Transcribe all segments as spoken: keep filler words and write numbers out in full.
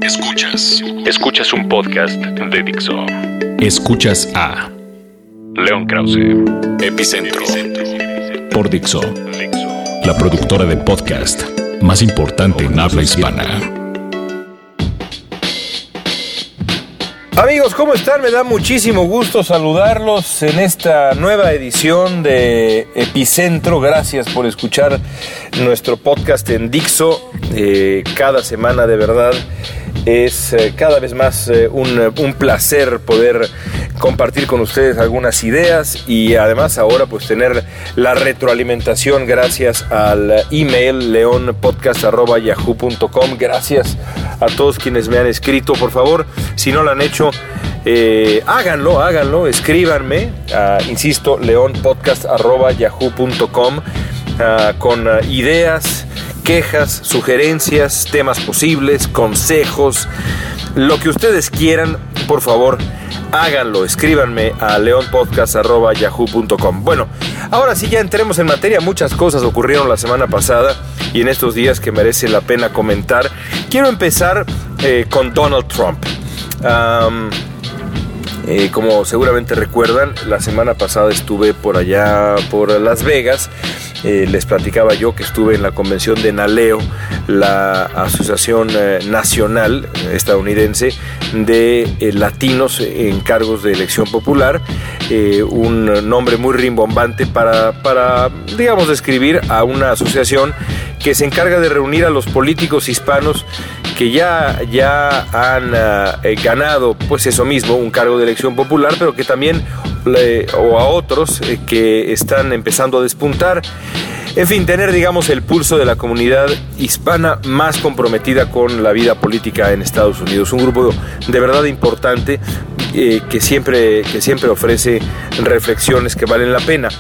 Escuchas. Escuchas un podcast de Dixo. Escuchas a León Krause, Epicentro, por Dixo, la productora de podcast más importante en habla hispana. Amigos, ¿cómo están? Me da muchísimo gusto saludarlos en esta nueva edición de Epicentro. Gracias por escuchar nuestro podcast en Dixo. Eh, cada semana, de verdad, es eh, cada vez más eh, un, un placer poder compartir con ustedes algunas ideas y además ahora pues tener la retroalimentación gracias al email leonpodcast arroba yahoo punto com. Gracias a todos quienes me han escrito. Por favor, si no lo han hecho, eh, háganlo, háganlo, escríbanme, uh, insisto, leonpodcast arroba yahoo punto com uh, con uh, ideas, quejas, sugerencias, temas posibles, consejos, lo que ustedes quieran. Por favor, háganlo, escríbanme a leonpodcast arroba yahoo punto com. Bueno, ahora sí ya entremos en materia. Muchas cosas ocurrieron la semana pasada y en estos días que merece la pena comentar. Quiero empezar eh, con Donald Trump. Um, eh, como seguramente recuerdan, la semana pasada estuve por allá, por Las Vegas. Eh, les platicaba yo que estuve en la convención de NALEO, la Asociación eh, Nacional Estadounidense de eh, Latinos en Cargos de Elección Popular, eh, un nombre muy rimbombante para, para, digamos, describir a una asociación que se encarga de reunir a los políticos hispanos que ya, ya han uh, eh, ganado, pues eso mismo, un cargo de elección popular, pero que también, le, o a otros eh, que están empezando a despuntar. En fin, tener, digamos, el pulso de la comunidad hispana más comprometida con la vida política en Estados Unidos. Un grupo de verdad importante eh, que, siempre, que siempre ofrece reflexiones que valen la pena.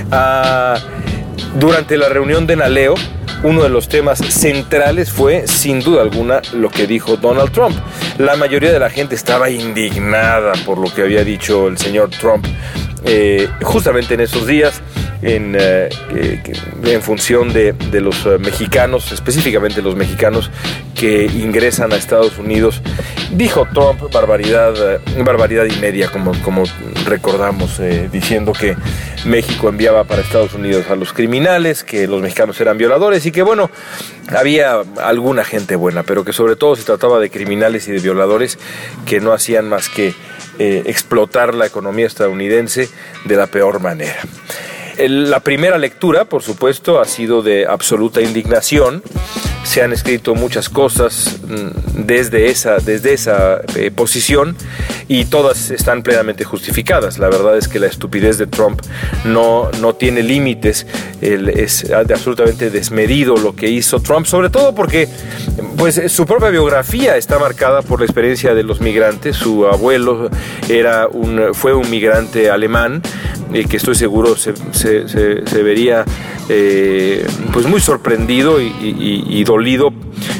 Uh, durante la reunión de NALEO, uno de los temas centrales fue, sin duda alguna, lo que dijo Donald Trump. La mayoría de la gente estaba indignada por lo que había dicho el señor Trump eh, justamente en esos días, en, eh, en función de, de los mexicanos, específicamente los mexicanos que ingresan a Estados Unidos. Dijo Trump barbaridad, barbaridad y media, como, como recordamos, eh, diciendo que México enviaba para Estados Unidos a los criminales, que los mexicanos eran violadores y que, bueno, había alguna gente buena, pero que sobre todo se trataba de criminales y de violadores que no hacían más que eh, explotar la economía estadounidense de la peor manera. El, la primera lectura, por supuesto, ha sido de absoluta indignación. Se han escrito muchas cosas desde esa, desde esa eh, posición y todas están plenamente justificadas. La verdad es que la estupidez de Trump no, no tiene límites. El, es absolutamente desmedido lo que hizo Trump, sobre todo porque pues, su propia biografía está marcada por la experiencia de los migrantes. Su abuelo era un, fue un migrante alemán eh, que estoy seguro se, se, se, se vería eh, pues muy sorprendido y, y, y dolido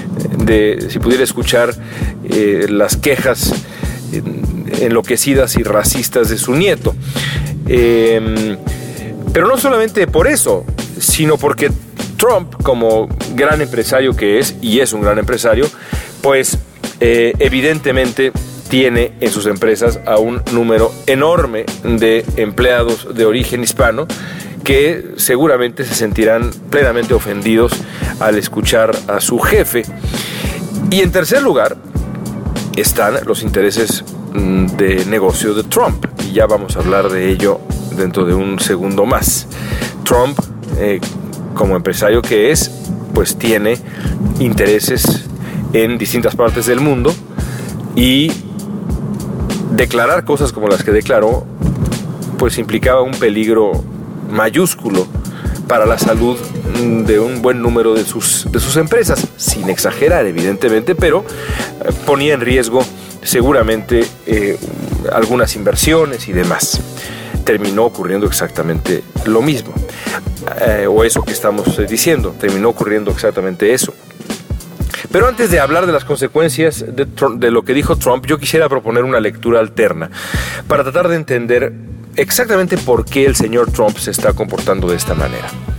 de si pudiera escuchar eh, las quejas enloquecidas y racistas de su nieto. Eh, pero no solamente por eso, sino porque Trump, como gran empresario que es, y es un gran empresario, pues eh, evidentemente tiene en sus empresas a un número enorme de empleados de origen hispano que seguramente se sentirán plenamente ofendidos al escuchar a su jefe. Y en tercer lugar están los intereses de negocio de Trump, y ya vamos a hablar de ello dentro de un segundo más. Trump, eh, como empresario que es, pues tiene intereses en distintas partes del mundo, y declarar cosas como las que declaró pues implicaba un peligro mayúsculo para la salud de un buen número de sus, de sus empresas, sin exagerar evidentemente, pero eh, ponía en riesgo seguramente eh, algunas inversiones y demás. Terminó ocurriendo exactamente lo mismo, eh, o eso que estamos eh, diciendo, terminó ocurriendo exactamente eso. Pero antes de hablar de las consecuencias de, Trump, de lo que dijo Trump, yo quisiera proponer una lectura alterna para tratar de entender exactamente por qué el señor Trump se está comportando de esta manera.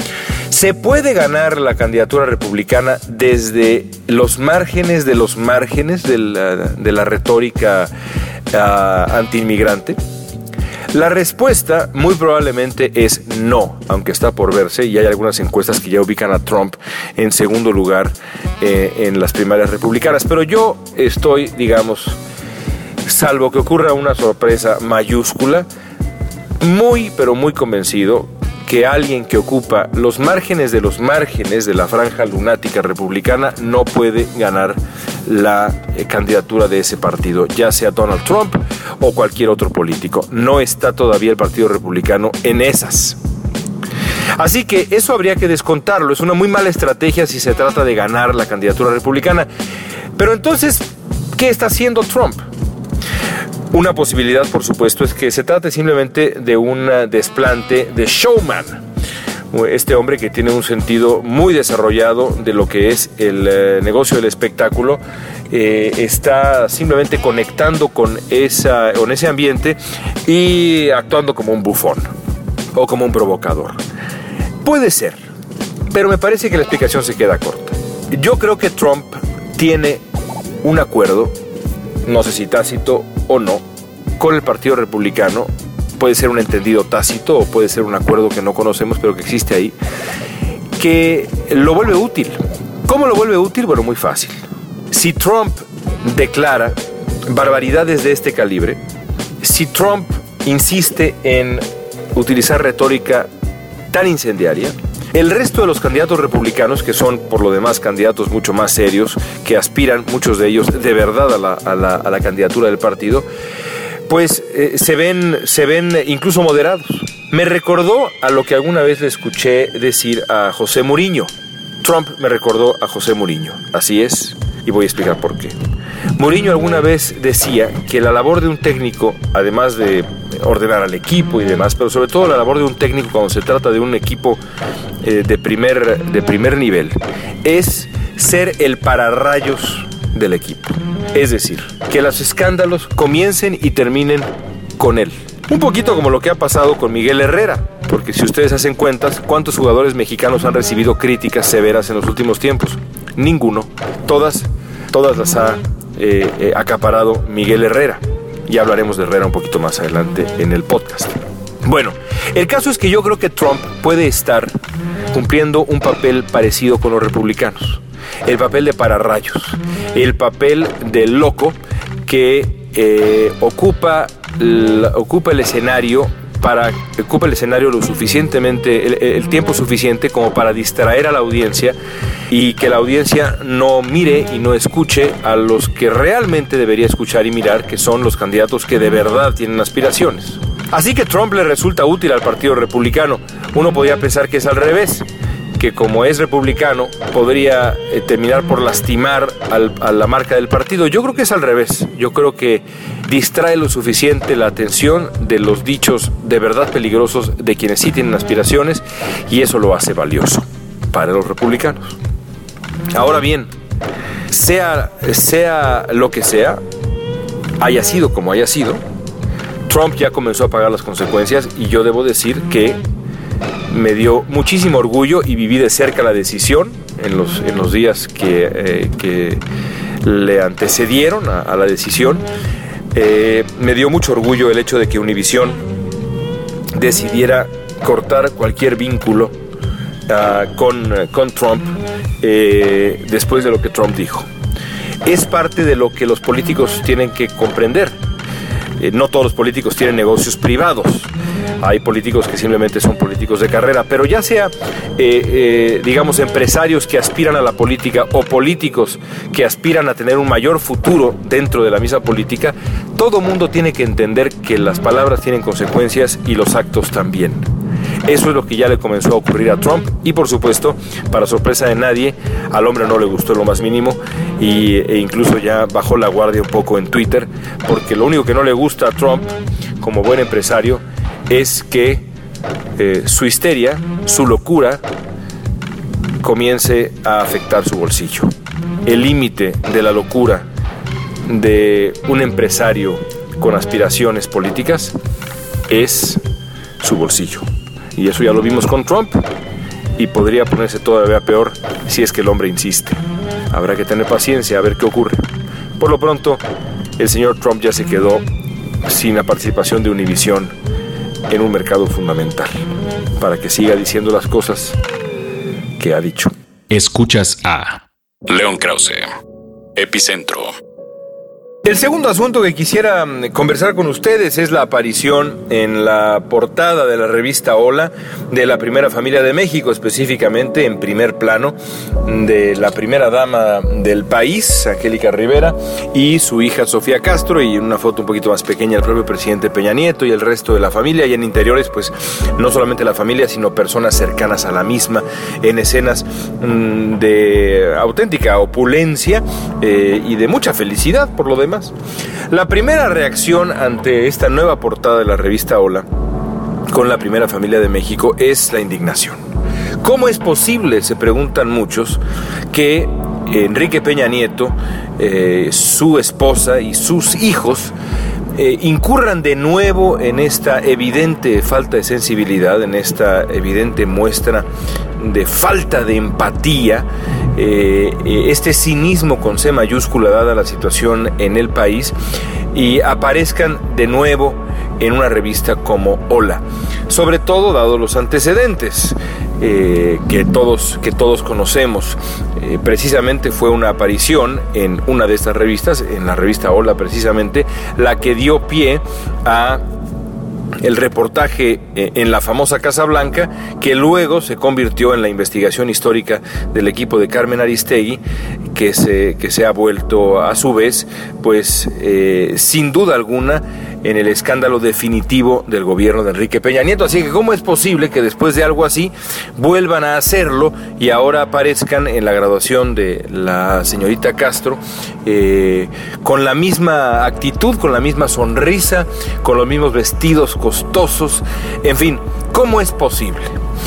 Se puede ganar la candidatura republicana desde los márgenes de los márgenes de la, de la retórica uh, antiinmigrante. La respuesta muy probablemente es no, aunque está por verse, y hay algunas encuestas que ya ubican a Trump en segundo lugar eh, en las primarias republicanas. Pero yo estoy, digamos, salvo que ocurra una sorpresa mayúscula, muy pero muy convencido que alguien que ocupa los márgenes de los márgenes de la franja lunática republicana no puede ganar la eh, candidatura de ese partido, ya sea Donald Trump o cualquier otro político. No está todavía el Partido Republicano en esas. Así que eso habría que descontarlo. Es una muy mala estrategia si se trata de ganar la candidatura republicana. Pero entonces, ¿qué está haciendo Trump? Una posibilidad, por supuesto, es que se trate simplemente de un desplante de showman. Este hombre que tiene un sentido muy desarrollado de lo que es el eh, negocio del espectáculo, eh, está simplemente conectando con, esa, con ese ambiente y actuando como un bufón o como un provocador. Puede ser, pero me parece que la explicación se queda corta. Yo creo que Trump tiene un acuerdo, no sé si tácito o no, con el Partido Republicano. Puede ser un entendido tácito o puede ser un acuerdo que no conocemos, pero que existe ahí, que lo vuelve útil. ¿Cómo lo vuelve útil? Bueno, muy fácil. Si Trump declara barbaridades de este calibre, si Trump insiste en utilizar retórica tan incendiaria, el resto de los candidatos republicanos, que son por lo demás candidatos mucho más serios, que aspiran, muchos de ellos, de verdad a la, a la, a la candidatura del partido, pues eh, se ven, se ven incluso moderados. Me recordó a lo que alguna vez le escuché decir a José Mourinho. Trump me recordó a José Mourinho. Así es, y voy a explicar por qué. Mourinho alguna vez decía que la labor de un técnico, además de ordenar al equipo y demás, pero sobre todo la labor de un técnico cuando se trata de un equipo eh, de, primer, de primer nivel, es ser el pararrayos del equipo. Es decir, que los escándalos comiencen y terminen con él. Un poquito como lo que ha pasado con Miguel Herrera, porque si ustedes hacen cuentas, ¿cuántos jugadores mexicanos han recibido críticas severas en los últimos tiempos? Ninguno. Todas, todas las ha eh, eh, acaparado Miguel Herrera. Ya hablaremos de Herrera un poquito más adelante en el podcast. Bueno, el caso es que yo creo que Trump puede estar cumpliendo un papel parecido con los republicanos. El papel de pararrayos, el papel del loco que eh, ocupa, la, ocupa el escenario para ocupa el escenario lo suficientemente el, el tiempo suficiente como para distraer a la audiencia y que la audiencia no mire y no escuche a los que realmente debería escuchar y mirar, que son los candidatos que de verdad tienen aspiraciones. Así que Trump le resulta útil al Partido Republicano. Uno podría pensar que es al revés, que como es republicano podría eh, terminar por lastimar al, a la marca del partido. Yo creo que es al revés. Yo creo que distrae lo suficiente la atención de los dichos de verdad peligrosos de quienes sí tienen aspiraciones, y eso lo hace valioso para los republicanos. Ahora bien, sea, sea lo que sea, haya sido como haya sido, Trump ya comenzó a pagar las consecuencias, y yo debo decir que me dio muchísimo orgullo y viví de cerca la decisión en los, en los días que, eh, que le antecedieron a, a la decisión. Eh, me dio mucho orgullo el hecho de que Univision decidiera cortar cualquier vínculo uh, con, con Trump eh, después de lo que Trump dijo. Es parte de lo que los políticos tienen que comprender. Eh, no todos los políticos tienen negocios privados. Hay políticos que simplemente son políticos de carrera, pero ya sea, eh, eh, digamos, empresarios que aspiran a la política o políticos que aspiran a tener un mayor futuro dentro de la misma política, todo mundo tiene que entender que las palabras tienen consecuencias y los actos también. Eso es lo que ya le comenzó a ocurrir a Trump, y por supuesto, para sorpresa de nadie, al hombre no le gustó en lo más mínimo, y, e incluso ya bajó la guardia un poco en Twitter, porque lo único que no le gusta a Trump como buen empresario es que eh, su histeria, su locura, comience a afectar su bolsillo. El límite de la locura de un empresario con aspiraciones políticas es su bolsillo. Y eso ya lo vimos con Trump. y podría ponerse todavía peor si es que el hombre insiste. Habrá que tener paciencia a ver qué ocurre. Por lo pronto, el señor Trump ya se quedó sin la participación de Univision en un mercado fundamental, para que siga diciendo las cosas que ha dicho. Escuchas a León Krause, Epicentro. El segundo asunto que quisiera conversar con ustedes es la aparición en la portada de la revista Hola de la primera familia de México, específicamente en primer plano de la primera dama del país, Angélica Rivera, y su hija Sofía Castro, y en una foto un poquito más pequeña el propio presidente Peña Nieto y el resto de la familia, y en interiores pues no solamente la familia sino personas cercanas a la misma, en escenas mmm, de auténtica opulencia eh, y de mucha felicidad por lo demás. La primera reacción ante esta nueva portada de la revista Hola con la primera familia de México es la indignación. ¿Cómo es posible, se preguntan muchos, que Enrique Peña Nieto, eh, su esposa y sus hijos eh, incurran de nuevo en esta evidente falta de sensibilidad, en esta evidente muestra de falta de empatía, eh, este cinismo con C mayúscula dada la situación en el país, y aparezcan de nuevo en una revista como Hola, sobre todo dado los antecedentes eh, que todos que todos conocemos. Eh, precisamente fue una aparición en una de estas revistas, en la revista Hola precisamente, la que dio pie a el reportaje en la famosa Casa Blanca, que luego se convirtió en la investigación histórica del equipo de Carmen Aristegui, que se, que se ha vuelto a su vez, pues eh, sin duda alguna, en el escándalo definitivo del gobierno de Enrique Peña Nieto. Así que ¿cómo es posible que después de algo así vuelvan a hacerlo y ahora aparezcan en la graduación de la señorita Castro eh, con la misma actitud, con la misma sonrisa, con los mismos vestidos costosos? En fin, ¿cómo es posible?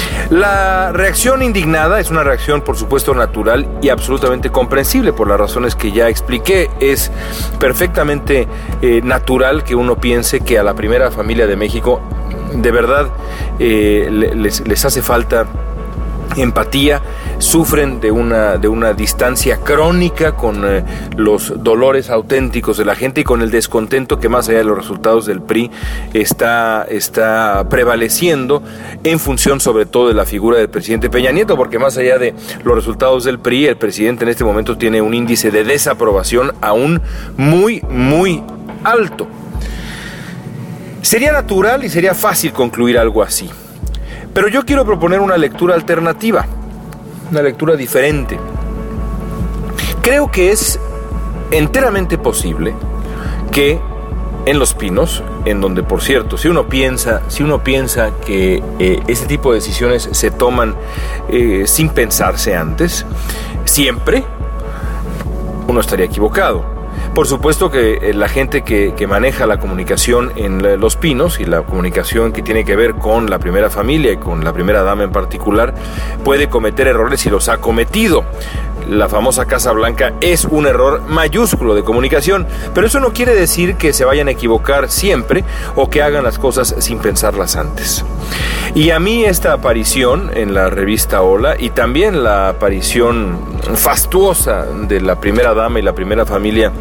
La reacción indignada es una reacción, por supuesto, natural y absolutamente comprensible por las razones que ya expliqué. Es perfectamente eh, natural que uno piense que a la primera familia de México de verdad eh, les, les hace falta empatía, sufren de una, de una distancia crónica con eh, los dolores auténticos de la gente y con el descontento que, más allá de los resultados del P R I, está, está prevaleciendo en función sobre todo de la figura del presidente Peña Nieto, porque más allá de los resultados del P R I, el presidente en este momento tiene un índice de desaprobación aún muy, muy alto. Sería natural y sería fácil concluir algo así. Pero yo quiero proponer una lectura alternativa, una lectura diferente. Creo que es enteramente posible que en Los Pinos, en donde, por cierto, si uno piensa, si uno piensa que eh, este tipo de decisiones se toman eh, sin pensarse antes, siempre, uno estaría equivocado. Por supuesto que la gente que, que maneja la comunicación en Los Pinos y la comunicación que tiene que ver con la primera familia y con la primera dama en particular puede cometer errores y los ha cometido. La famosa Casa Blanca es un error mayúsculo de comunicación, pero eso no quiere decir que se vayan a equivocar siempre o que hagan las cosas sin pensarlas antes. Y a mí esta aparición en la revista Hola y también la aparición fastuosa de la primera dama y la primera familia,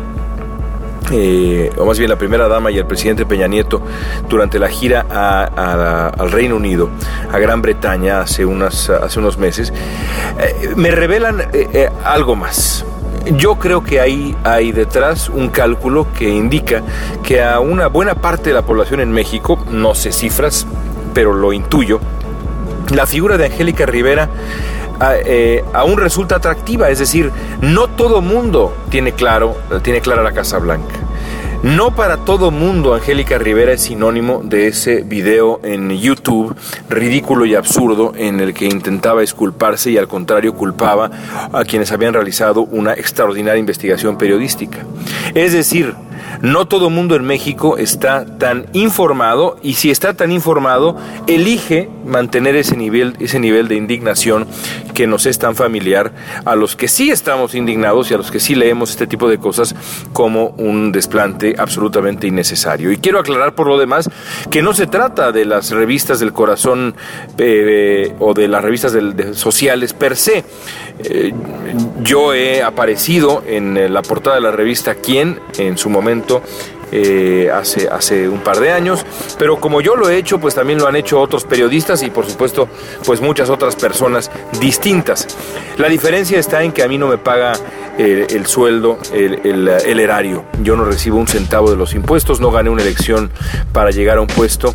Eh, o más bien la primera dama y el presidente Peña Nieto durante la gira a, a, al Reino Unido, a Gran Bretaña hace, unas, hace unos meses, eh, me revelan eh, eh, algo más. Yo creo que ahí hay detrás un cálculo que indica que a una buena parte de la población en México, no sé cifras, pero lo intuyo, la figura de Angélica Rivera A, eh, aún resulta atractiva. Es decir, no todo mundo tiene claro, tiene clara la Casa Blanca. No para todo mundo Angélica Rivera es sinónimo de ese video en YouTube ridículo y absurdo en el que intentaba exculparse y al contrario culpaba a quienes habían realizado una extraordinaria investigación periodística. Es decir, No todo el mundo en México está tan informado, y si está tan informado, elige mantener ese nivel, ese nivel de indignación que nos es tan familiar a los que sí estamos indignados y a los que sí leemos este tipo de cosas como un desplante absolutamente innecesario. Y quiero aclarar por lo demás que no se trata de las revistas del corazón eh, o de las revistas del, de, sociales per se. Eh, yo he aparecido en la portada de la revista Quién en su momento, Eh, hace, hace un par de años, pero como yo lo he hecho, pues también lo han hecho otros periodistas y por supuesto pues muchas otras personas distintas. La diferencia está en que a mí no me paga eh, el sueldo, el, el, el erario. Yo no recibo un centavo de los impuestos, no gané una elección para llegar a un puesto.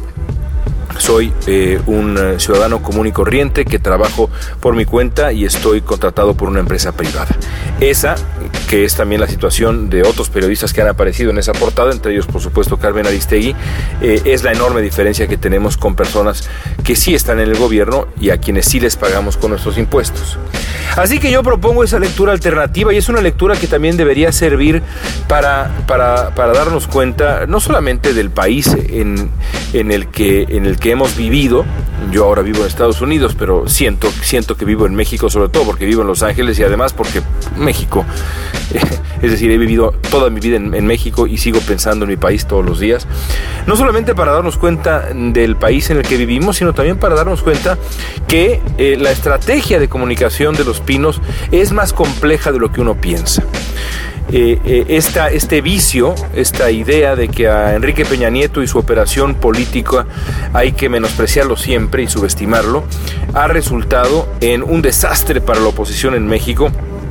Soy eh, un ciudadano común y corriente que trabajo por mi cuenta y estoy contratado por una empresa privada. Esa, que es también la situación de otros periodistas que han aparecido en esa portada, entre ellos por supuesto Carmen Aristegui, eh, es la enorme diferencia que tenemos con personas que sí están en el gobierno y a quienes sí les pagamos con nuestros impuestos. Así que yo propongo esa lectura alternativa, y es una lectura que también debería servir para, para, para darnos cuenta no solamente del país en, en, el que, en el que hemos vivido. Yo ahora vivo en Estados Unidos, pero siento, siento que vivo en México, sobre todo porque vivo en Los Ángeles y además porque México, es decir, he vivido toda mi vida en, en México y sigo pensando en mi país todos los días. No solamente para darnos cuenta del país en el que vivimos, sino también para darnos cuenta que eh, la estrategia de comunicación de Los Pinos es más compleja de lo que uno piensa. Eh, eh, esta, este vicio, esta idea de que a Enrique Peña Nieto y su operación política hay que menospreciarlo siempre y subestimarlo, ha resultado en un desastre para la oposición en México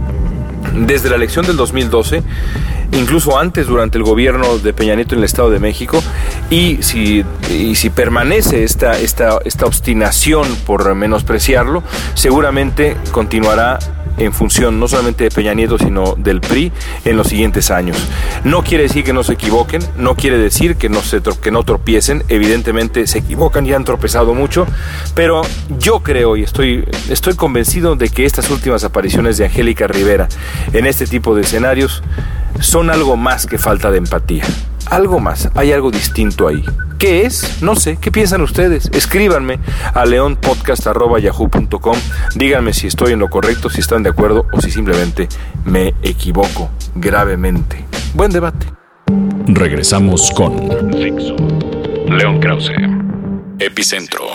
desde la elección del dos mil doce, incluso antes, durante el gobierno de Peña Nieto en el Estado de México, y si, y si permanece esta, esta, esta obstinación por menospreciarlo, seguramente continuará en función no solamente de Peña Nieto, sino del P R I en los siguientes años. No quiere decir que no se equivoquen, no quiere decir que no, se, que no tropiecen, evidentemente se equivocan y han tropezado mucho, pero yo creo y estoy, estoy convencido de que estas últimas apariciones de Angélica Rivera en este tipo de escenarios son algo más que falta de empatía. Algo más, hay algo distinto ahí. ¿Qué es? No sé, ¿qué piensan ustedes? Escríbanme a leonpodcast arroba yahoo punto com. Díganme si estoy en lo correcto, si están de acuerdo o si simplemente me equivoco gravemente. Buen debate. Regresamos con León Krause, Epicentro.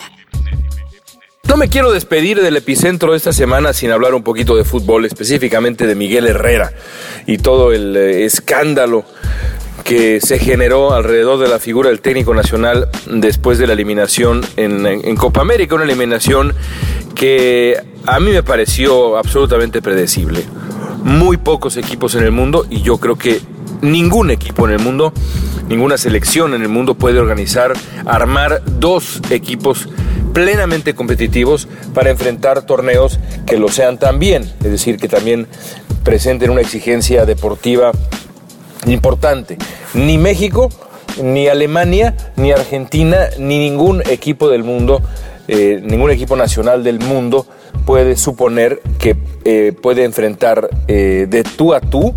No me quiero despedir del Epicentro esta semana sin hablar un poquito de fútbol, específicamente de Miguel Herrera y todo el eh, escándalo que se generó alrededor de la figura del técnico nacional después de la eliminación en, en Copa América, una eliminación que a mí me pareció absolutamente predecible. Muy pocos equipos en el mundo, y yo creo que ningún equipo en el mundo, ninguna selección en el mundo puede organizar, armar dos equipos plenamente competitivos para enfrentar torneos que lo sean también, es decir, que también presenten una exigencia deportiva importante. Ni México, ni Alemania, ni Argentina, ni ningún equipo del mundo, eh, ningún equipo nacional del mundo puede suponer que eh, puede enfrentar eh, de tú a tú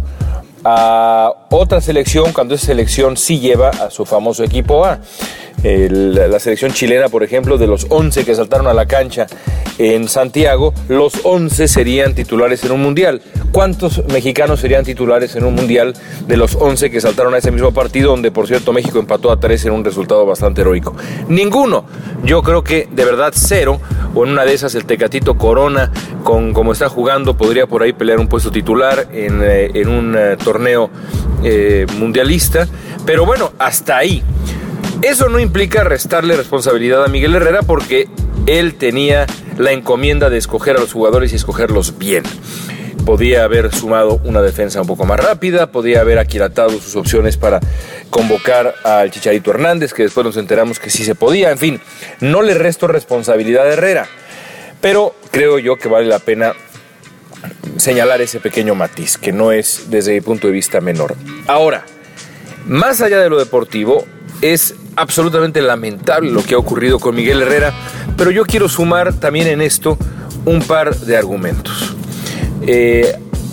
a otra selección cuando esa selección sí lleva a su famoso equipo A. El, la selección chilena, por ejemplo, de los once que saltaron a la cancha en Santiago, los once serían titulares en un mundial. ¿Cuántos mexicanos serían titulares en un mundial de los once que saltaron a ese mismo partido, donde por cierto México empató a tres en un resultado bastante heroico? Ninguno. Yo creo que de verdad cero, o en una de esas el Tecatito Corona, con como está jugando, podría por ahí pelear un puesto titular en, eh, en un eh, torneo eh, mundialista, pero bueno, hasta ahí. Eso no implica restarle responsabilidad a Miguel Herrera, porque él tenía la encomienda de escoger a los jugadores y escogerlos bien. Podía haber sumado una defensa un poco más rápida, podía haber aquilatado sus opciones para convocar al Chicharito Hernández, que después nos enteramos que sí se podía. En fin, no le resto responsabilidad a Herrera, pero creo yo que vale la pena señalar ese pequeño matiz, que no es, desde mi punto de vista, menor. Ahora, más allá de lo deportivo, es absolutamente lamentable lo que ha ocurrido con Miguel Herrera, pero yo quiero sumar también en esto un par de argumentos. Eh,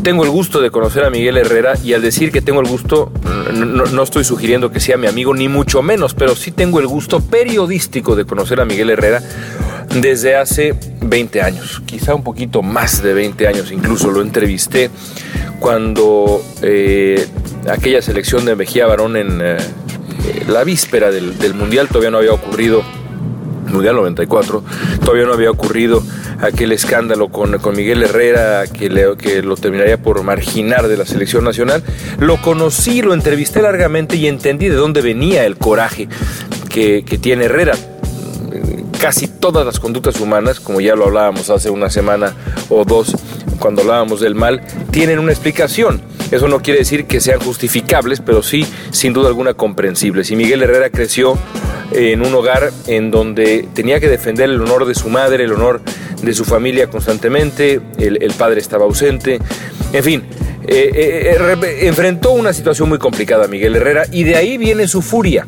tengo el gusto de conocer a Miguel Herrera, y al decir que tengo el gusto, no, no estoy sugiriendo que sea mi amigo, ni mucho menos, pero sí tengo el gusto periodístico de conocer a Miguel Herrera desde hace veinte años, quizá un poquito más de veinte años. Incluso lo entrevisté cuando eh, aquella selección de Mejía Barón en eh, la víspera del, del Mundial, todavía no había ocurrido, Mundial noventa y cuatro, todavía no había ocurrido aquel escándalo con, con Miguel Herrera que, le, que lo terminaría por marginar de la selección nacional. Lo conocí, lo entrevisté largamente y entendí de dónde venía el coraje que, que tiene Herrera. Casi todas las conductas humanas, como ya lo hablábamos hace una semana o dos, cuando hablábamos del mal, tienen una explicación. Eso no quiere decir que sean justificables, pero sí, sin duda alguna, comprensibles. Y Miguel Herrera creció en un hogar en donde tenía que defender el honor de su madre, el honor de su familia constantemente, el, el padre estaba ausente, en fin, eh, eh, eh, enfrentó una situación muy complicada Miguel Herrera, y de ahí viene su furia.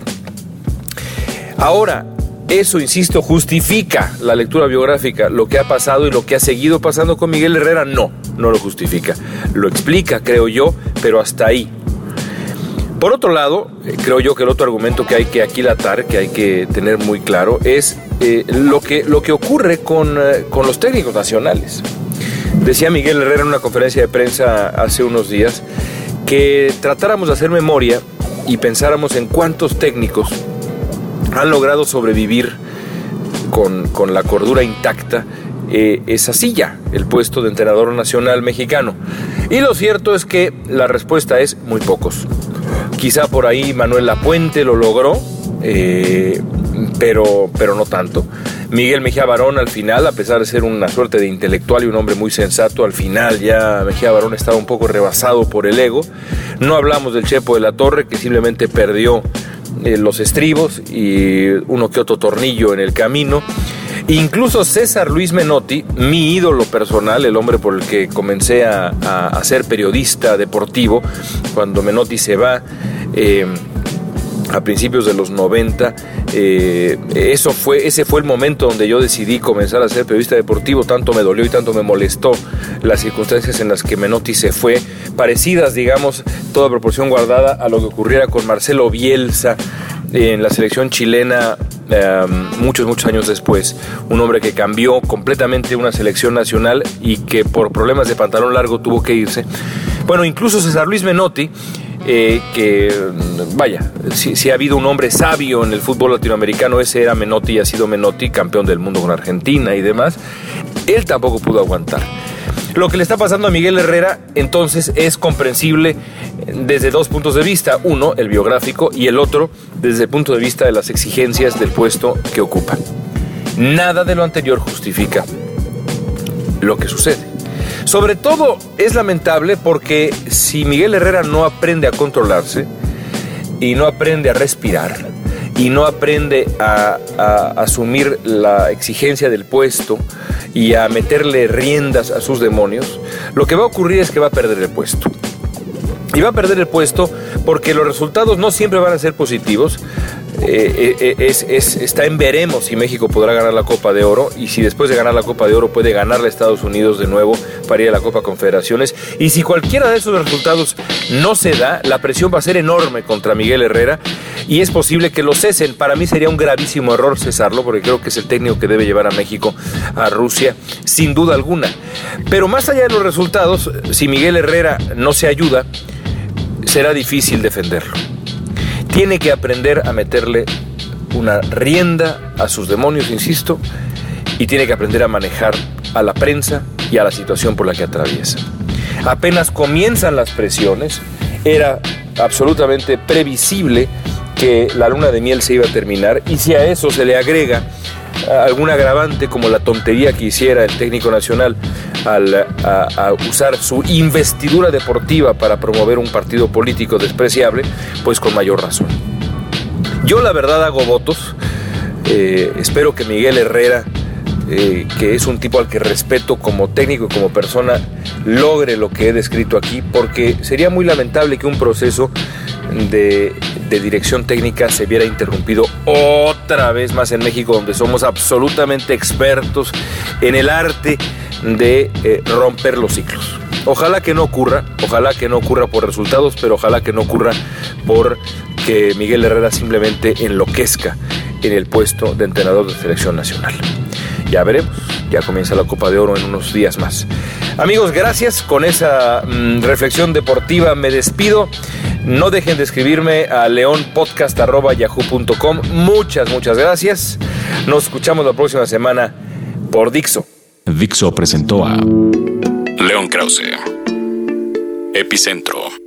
Ahora, eso, insisto, justifica la lectura biográfica, lo que ha pasado y lo que ha seguido pasando con Miguel Herrera. No, no lo justifica, lo explica, creo yo, pero hasta ahí. Por otro lado, creo yo que el otro argumento que hay que aquilatar, que hay que tener muy claro, es eh, lo, que, lo que ocurre con, eh, con los técnicos nacionales. Decía Miguel Herrera en una conferencia de prensa hace unos días que tratáramos de hacer memoria y pensáramos en cuántos técnicos han logrado sobrevivir con, con la cordura intacta eh, esa silla, el puesto de entrenador nacional mexicano. Y lo cierto es que la respuesta es muy pocos. Quizá por ahí Manuel Lapuente lo logró, eh, pero, pero no tanto. Miguel Mejía Barón, al final, a pesar de ser una suerte de intelectual y un hombre muy sensato, al final ya Mejía Barón estaba un poco rebasado por el ego. No hablamos del Chepo de la Torre, que simplemente perdió eh, los estribos y uno que otro tornillo en el camino. Incluso César Luis Menotti, mi ídolo personal, el hombre por el que comencé a, a, a ser periodista deportivo, cuando Menotti se va eh, a principios de los noventa, eh, eso fue, ese fue el momento donde yo decidí comenzar a ser periodista deportivo. Tanto me dolió y tanto me molestó las circunstancias en las que Menotti se fue, parecidas, digamos, toda proporción guardada a lo que ocurriera con Marcelo Bielsa en la selección chilena eh, muchos, muchos años después. Un hombre que cambió completamente una selección nacional y que por problemas de pantalón largo tuvo que irse. Bueno, incluso César Luis Menotti, eh, que vaya, si, si ha habido un hombre sabio en el fútbol latinoamericano, ese era Menotti y ha sido Menotti, campeón del mundo con Argentina y demás, él tampoco pudo aguantar. Lo que le está pasando a Miguel Herrera, entonces, es comprensible desde dos puntos de vista. Uno, el biográfico, y el otro, desde el punto de vista de las exigencias del puesto que ocupa. Nada de lo anterior justifica lo que sucede. Sobre todo, es lamentable porque si Miguel Herrera no aprende a controlarse y no aprende a respirar y no aprende a, a asumir la exigencia del puesto y a meterle riendas a sus demonios, lo que va a ocurrir es que va a perder el puesto. Y va a perder el puesto porque los resultados no siempre van a ser positivos. Eh, eh, es, es, está en veremos si México podrá ganar la Copa de Oro, y si después de ganar la Copa de Oro puede ganarle a Estados Unidos de nuevo para ir a la Copa Confederaciones. Y si cualquiera de esos resultados no se da, la presión va a ser enorme contra Miguel Herrera y es posible que lo cesen. Para mí sería un gravísimo error cesarlo, porque creo que es el técnico que debe llevar a México a Rusia, sin duda alguna. Pero más allá de los resultados, si Miguel Herrera no se ayuda, será difícil defenderlo. Tiene que aprender a meterle una rienda a sus demonios, insisto, y tiene que aprender a manejar a la prensa y a la situación por la que atraviesa. Apenas comienzan las presiones, era absolutamente previsible que la luna de miel se iba a terminar, y si a eso se le agrega algún agravante como la tontería que hiciera el técnico nacional al a, a usar su investidura deportiva para promover un partido político despreciable, pues con mayor razón. Yo la verdad hago votos, eh, espero que Miguel Herrera, eh, que es un tipo al que respeto como técnico y como persona, logre lo que he descrito aquí, porque sería muy lamentable que un proceso de, de dirección técnica se viera interrumpido otra vez más en México, donde somos absolutamente expertos en el arte de eh, romper los ciclos. Ojalá que no ocurra, ojalá que no ocurra por resultados, pero ojalá que no ocurra por que Miguel Herrera simplemente enloquezca en el puesto de entrenador de selección nacional. Ya veremos, ya comienza la Copa de Oro en unos días más. Amigos, gracias. Con esa mmm, reflexión deportiva me despido. No dejen de escribirme a leonpodcast arroba yahoo punto com. Muchas, muchas gracias. Nos escuchamos la próxima semana por Dixo. Dixo presentó a León Krause, Epicentro.